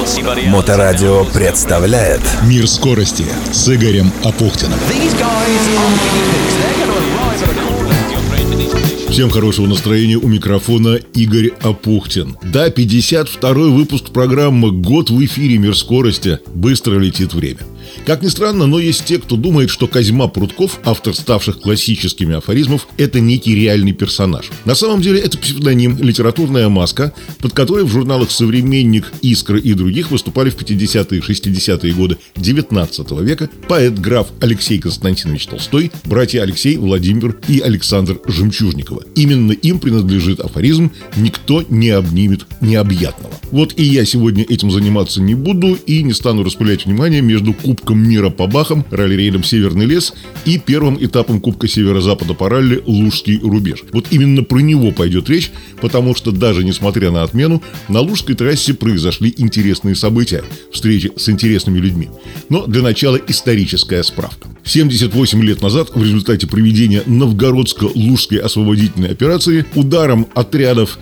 Моторадио представляет «Мир скорости» с Игорем Апухтиным. Всем хорошего настроения, у микрофона Игорь Апухтин. Да, 52-й выпуск программы «Год в эфире. Мир скорости». Быстро летит время. Как ни странно, но есть те, кто думает, что Козьма Прутков, автор ставших классическими афоризмов, это некий реальный персонаж. На самом деле это псевдоним, литературная маска, под которой в журналах «Современник», «Искра» и других выступали в 50-е и 60-е годы 19 века поэт-граф Алексей Константинович Толстой, братья Алексей, Владимир и Александр Жемчужниковы. Именно им принадлежит афоризм «Никто не обнимет необъятного». Вот и я сегодня этим заниматься не буду и не стану распылять внимание между Кубком мира по бахам, ралли-рейдом «Северный лес» и первым этапом Кубка Северо-Запада по ралли «Лужский рубеж». Вот именно про него пойдет речь, потому что даже несмотря на отмену, на Лужской трассе произошли интересные события, встречи с интересными людьми. Но для начала историческая справка. 78 лет назад в результате проведения Новгородско-Лужской освободительной операции ударом отрядов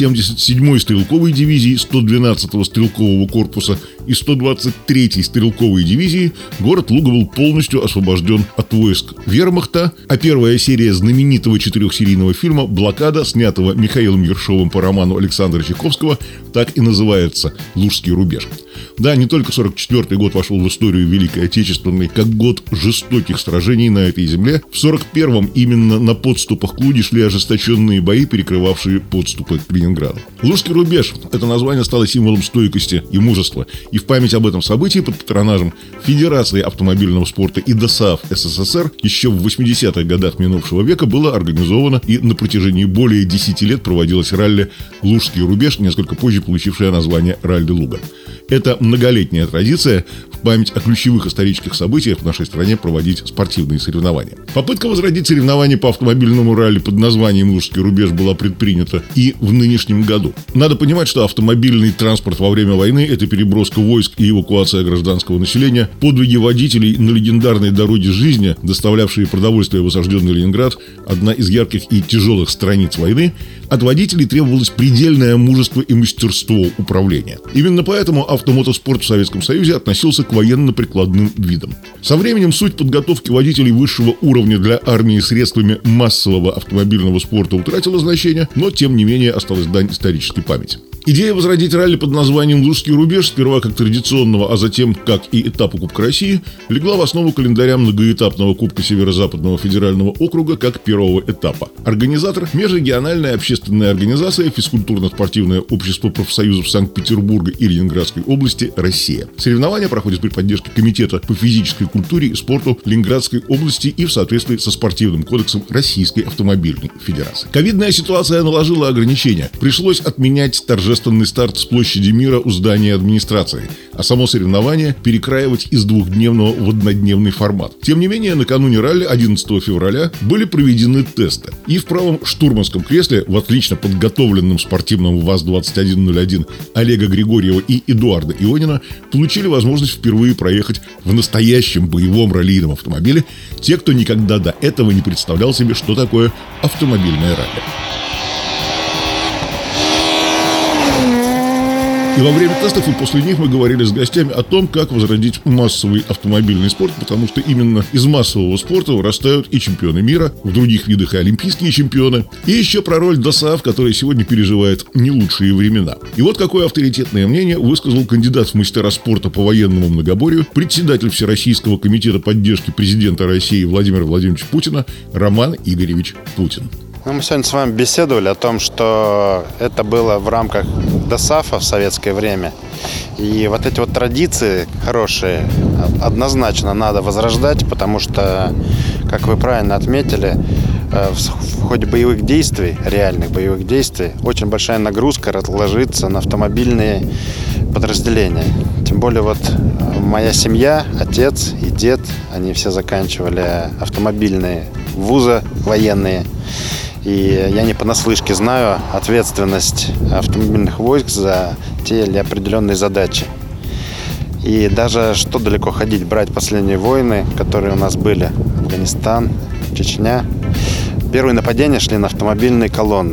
377-й стрелковой дивизии, 112-го стрелкового корпуса и 123-й стрелковой дивизии город Луга был полностью освобожден от войск вермахта, а первая серия знаменитого 4-серийного фильма «Блокада», снятого Михаилом Ершовым по роману Александра Чайковского, так и называется «Лужский рубеж». Да, не только 44-й год вошел в историю Великой Отечественной как год жестоких сражений на этой земле. В 41-м именно на подступах к Луге шли ожесточенные бои, перекрывавшие подступы к Ленинграду. Лужский рубеж – это название стало символом стойкости и мужества. И в память об этом событии под патронажем Федерации автомобильного спорта и ДОСААФ СССР еще в 80-х годах минувшего века было организовано и на протяжении более 10 лет проводилось ралли «Лужский рубеж», несколько позже получившее название «Ралли Луга». Это многолетняя традиция в память о ключевых исторических событиях в нашей стране проводить спортивные соревнования. Попытка возродить соревнования по автомобильному ралли под названием «Лужский рубеж» была предпринята и в нынешнем году. Надо понимать, что автомобильный транспорт во время войны – это переброска войск и эвакуация гражданского населения, подвиги водителей на легендарной дороге жизни, доставлявшие продовольствие в осажденный Ленинград, одна из ярких и тяжелых страниц войны. От водителей требовалось предельное мужество и мастерство управления. Именно поэтому автомотоспорт в Советском Союзе относился к военно-прикладным видам. Со временем суть подготовки водителей высшего уровня для армии средствами массового автомобильного спорта утратила значение, но тем не менее осталась дань исторической памяти. Идея возродить ралли под названием «Лужский рубеж» сперва как традиционного, а затем как и этапа Кубка России легла в основу календаря многоэтапного Кубка Северо-Западного федерального округа как первого этапа. Организатор – межрегиональная общественная организация физкультурно-спортивное общество профсоюзов Санкт-Петербурга и Ленинградской области «Россия». Соревнования проходят при поддержке Комитета по физической культуре и спорту Ленинградской области и в соответствии со спортивным кодексом Российской автомобильной федерации. Ковидная ситуация наложила ограничения. Пришлось отменять торжественный старт с площади Мира у здания администрации, а само соревнование перекраивать из двухдневного в однодневный формат. Тем не менее, накануне ралли 11 февраля были проведены тесты. И в правом штурманском кресле в отлично подготовленном спортивном ВАЗ-2101 Олега Григорьева и Эдуарда Ионина получили возможность впервые проехать в настоящем боевом раллийном автомобиле те, кто никогда до этого не представлял себе, что такое автомобильное ралли. И во время тестов и после них мы говорили с гостями о том, как возродить массовый автомобильный спорт, потому что именно из массового спорта вырастают и чемпионы мира, в других видах и олимпийские чемпионы, и еще про роль ДОСААФ, которая сегодня переживает не лучшие времена. И вот какое авторитетное мнение высказал кандидат в мастера спорта по военному многоборью, председатель Всероссийского комитета поддержки президента России Владимира Владимировича Путина Роман Игоревич Путин. Мы сегодня с вами беседовали о том, что это было в рамках ДОСААФа в советское время. И вот эти вот традиции хорошие однозначно надо возрождать, потому что, как вы правильно отметили, в ходе боевых действий, реальных боевых действий, очень большая нагрузка ложится на автомобильные подразделения. Тем более вот моя семья, отец и дед, они все заканчивали автомобильные вузы военные. И я не понаслышке знаю ответственность автомобильных войск за те или определенные задачи. И даже что далеко ходить, брать последние войны, которые у нас были, Афганистан, Чечня. Первые нападения шли на автомобильные колонны.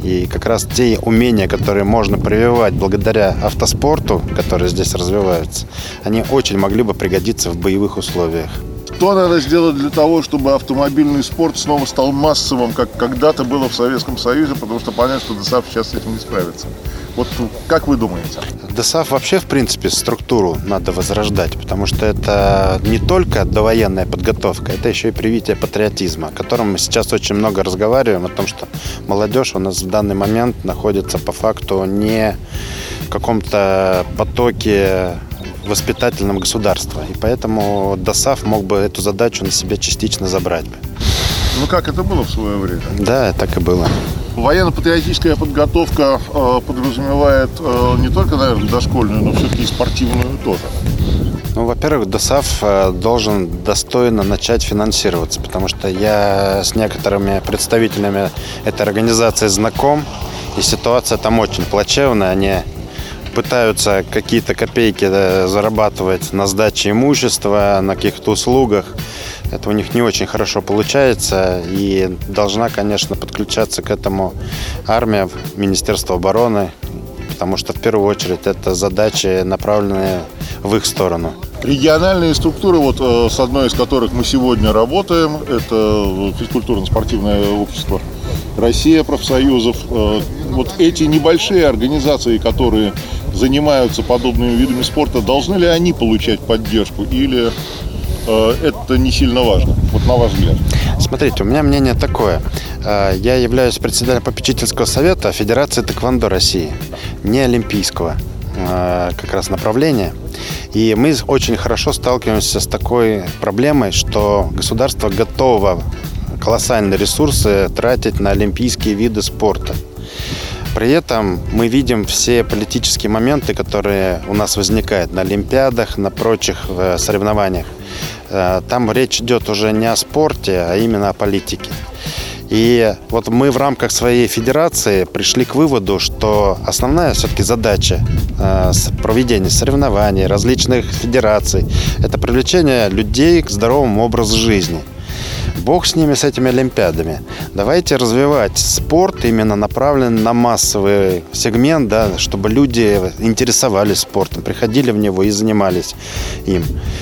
И как раз те умения, которые можно прививать благодаря автоспорту, которые здесь развиваются, они очень могли бы пригодиться в боевых условиях. Что надо сделать для того, чтобы автомобильный спорт снова стал массовым, как когда-то было в Советском Союзе, потому что понятно, что ДОСААФ сейчас с этим не справится. Вот как вы думаете? ДОСААФ вообще, в принципе, структуру надо возрождать, потому что это не только довоенная подготовка, это еще и привитие патриотизма, о котором мы сейчас очень много разговариваем, о том, что молодежь у нас в данный момент находится по факту не в каком-то потоке воспитательном государства. И поэтому ДОСААФ мог бы эту задачу на себя частично забрать бы. Ну, как это было в свое время? Да, так и было. Военно-патриотическая подготовка подразумевает не только, наверное, дошкольную, но все-таки и спортивную тоже. Ну, во-первых, ДОСААФ должен достойно начать финансироваться, потому что я с некоторыми представителями этой организации знаком, и ситуация там очень плачевная. Они пытаются какие-то копейки зарабатывать на сдаче имущества, на каких-то услугах. Это у них не очень хорошо получается. И должна, конечно, подключаться к этому армия, Министерство обороны, потому что в первую очередь это задачи, направленные в их сторону. Региональные структуры, вот с одной из которых мы сегодня работаем, это физкультурно-спортивное общество «Россия» профсоюзов. Вот эти небольшие организации, которые занимаются подобными видами спорта, должны ли они получать поддержку или это не сильно важно, вот на ваш взгляд? Смотрите, у меня мнение такое. Я являюсь председателем попечительского совета Федерации тэквондо России, не олимпийского как раз направления. И мы очень хорошо сталкиваемся с такой проблемой, что государство готово колоссальные ресурсы тратить на олимпийские виды спорта. При этом мы видим все политические моменты, которые у нас возникают на олимпиадах, на прочих соревнованиях. Там речь идет уже не о спорте, а именно о политике. И вот мы в рамках своей федерации пришли к выводу, что основная все-таки задача проведения соревнований, различных федераций – это привлечение людей к здоровому образу жизни. Бог с ними, с этими олимпиадами. Давайте развивать спорт, именно направленный на массовый сегмент, да, чтобы люди интересовались спортом, приходили в него и занимались им.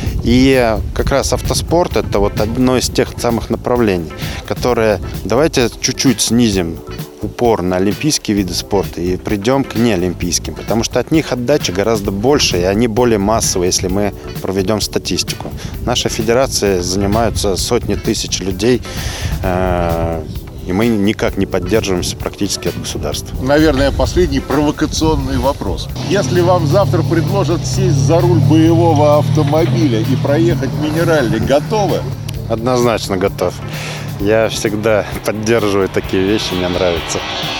И как раз автоспорт – это вот одно из тех самых направлений, которые давайте чуть-чуть снизим упор на олимпийские виды спорта и придем к неолимпийским, потому что от них отдача гораздо больше, и они более массовые, если мы проведем статистику. Наши федерации занимаются сотни тысяч людей, и мы никак не поддерживаемся практически от государства. Наверное, последний провокационный вопрос. Если вам завтра предложат сесть за руль боевого автомобиля и проехать Минеральный, готовы? Однозначно готов. Я всегда поддерживаю такие вещи, мне нравится.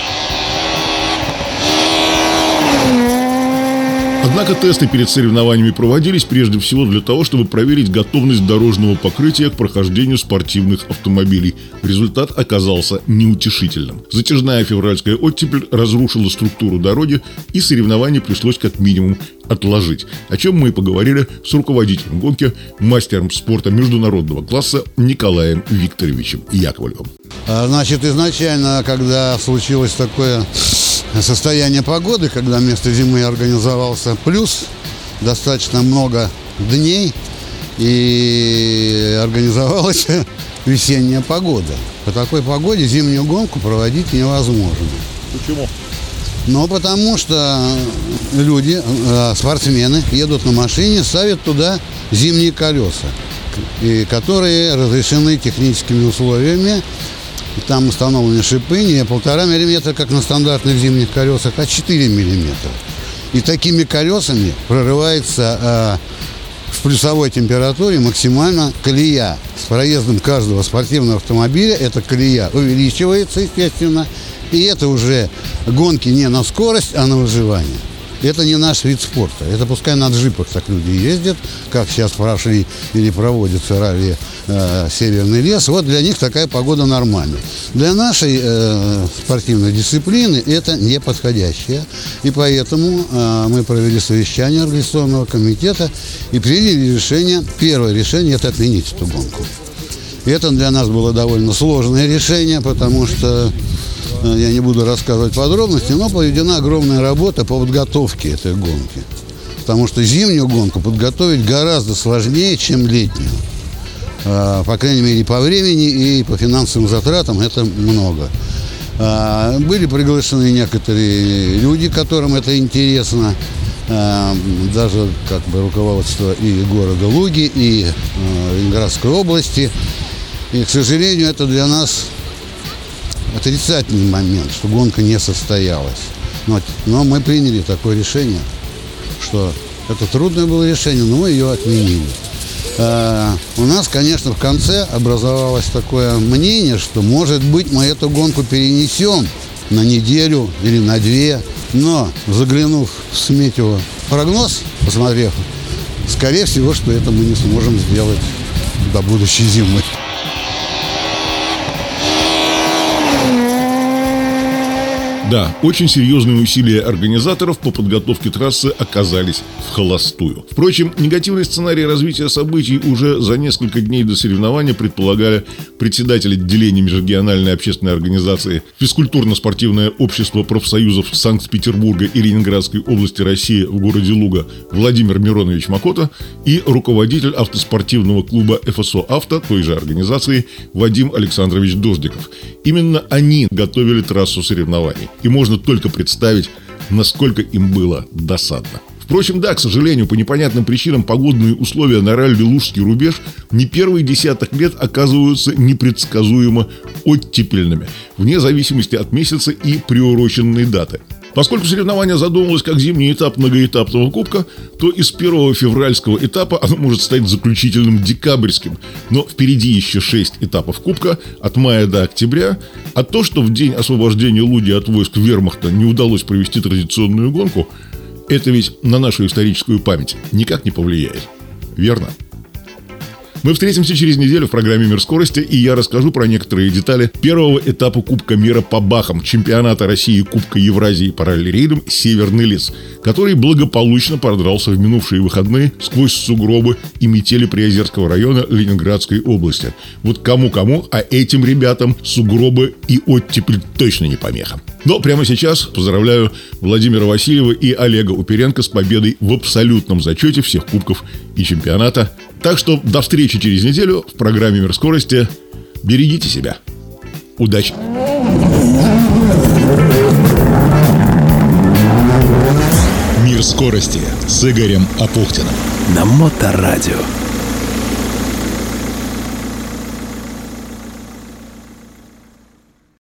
Однако тесты перед соревнованиями проводились прежде всего для того, чтобы проверить готовность дорожного покрытия к прохождению спортивных автомобилей. Результат оказался неутешительным. Затяжная февральская оттепель разрушила структуру дороги, и соревнования пришлось как минимум отложить. О чем мы и поговорили с руководителем гонки, мастером спорта международного класса Николаем Викторовичем Яковлевым. Значит, изначально, когда случилось такое состояние погоды, когда вместо зимы организовался плюс, достаточно много дней, и организовалась весенняя погода. По такой погоде зимнюю гонку проводить невозможно. Почему? Ну, потому что люди, спортсмены, едут на машине, ставят туда зимние колеса, которые разрешены техническими условиями. Там установлены шипы не 1,5 мм, как на стандартных зимних колесах, а 4 мм. И такими колесами прорывается в плюсовой температуре максимально колея. С проездом каждого спортивного автомобиля эта колея увеличивается, естественно. И это уже гонки не на скорость, а на выживание. Это не наш вид спорта. Это пускай на джипах так люди ездят, как сейчас прошли или проводятся ралли «Северный лес». Вот для них такая погода нормальная. Для нашей спортивной дисциплины это не подходящее. И поэтому мы провели совещание организационного комитета и приняли решение. Первое решение – это отменить эту гонку. И это для нас было довольно сложное решение, потому что Я не буду рассказывать подробности, но проведена огромная работа по подготовке этой гонки. Потому что зимнюю гонку подготовить гораздо сложнее, чем летнюю. По крайней мере, по времени и по финансовым затратам это много. Были приглашены некоторые люди, которым это интересно. Даже как бы руководство и города Луги, и Ленинградской области. И, к сожалению, это для нас отрицательный момент, что гонка не состоялась. Но мы приняли такое решение, что это трудное было решение, но мы ее отменили. У нас, конечно, в конце образовалось такое мнение, что, может быть, мы эту гонку перенесем на неделю или на 2. Но, заглянув в Сметево прогноз, посмотрев, скорее всего, что это мы не сможем сделать до будущей зимы. Да, очень серьезные усилия организаторов по подготовке трассы оказались вхолостую. Впрочем, негативный сценарий развития событий уже за несколько дней до соревнования предполагали председатель отделения межрегиональной общественной организации физкультурно-спортивное общество профсоюзов Санкт-Петербурга и Ленинградской области России в городе Луга Владимир Миронович Макота и руководитель автоспортивного клуба ФСО «Авто» той же организации Вадим Александрович Дождиков. Именно они готовили трассу соревнований. И можно только представить, насколько им было досадно. Впрочем, да, к сожалению, по непонятным причинам погодные условия на ралли-Лужский рубеж не первые десяток лет оказываются непредсказуемо оттепельными, вне зависимости от месяца и приуроченной даты. Поскольку соревнование задумывалось как зимний этап многоэтапного кубка, то из первого февральского этапа оно может стать заключительным декабрьским. Но впереди еще 6 этапов кубка от мая до октября. А то, что в день освобождения Луги от войск вермахта не удалось провести традиционную гонку, это ведь на нашу историческую память никак не повлияет. Верно? Мы встретимся через неделю в программе «Мир скорости», и я расскажу про некоторые детали первого этапа Кубка мира по бахам, чемпионата России Кубка Евразии по ралли-рейдам «Северный лес», который благополучно продрался в минувшие выходные сквозь сугробы и метели Приозерского района Ленинградской области. Вот кому-кому, а этим ребятам сугробы и оттепель точно не помеха. Но прямо сейчас поздравляю Владимира Васильева и Олега Уперенко с победой в абсолютном зачете всех кубков и чемпионата. Так что до встречи через неделю в программе «Мир скорости». Берегите себя. Удачи! «Мир скорости» с Игорем Апухтиным на Моторадио.